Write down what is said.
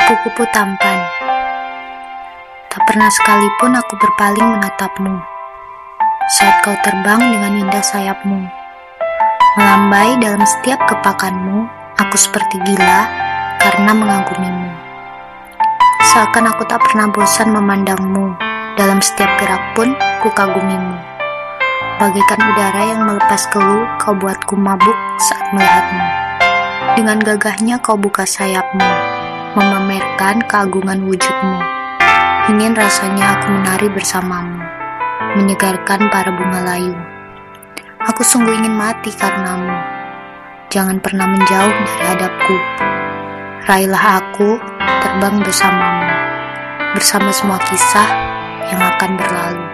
Kupu-kupu tampan, tak pernah sekalipun aku berpaling menatapmu. Saat kau terbang dengan indah sayapmu, melambai dalam setiap kepakanmu, aku seperti gila karena mengagumimu. Seakan aku tak pernah bosan memandangmu, dalam setiap gerak pun ku kagumimu. Bagaikan udara yang melepas keluh, kau buatku mabuk saat melihatmu. Dengan gagahnya kau buka sayapmu, memamerkan keagungan wujudmu. Ingin rasanya aku menari bersamamu, menyegarkan para bunga layu. Aku sungguh ingin mati karenamu. Jangan pernah menjauh dari hadapku. Raihlah aku terbang bersamamu, bersama semua kisah yang akan berlalu.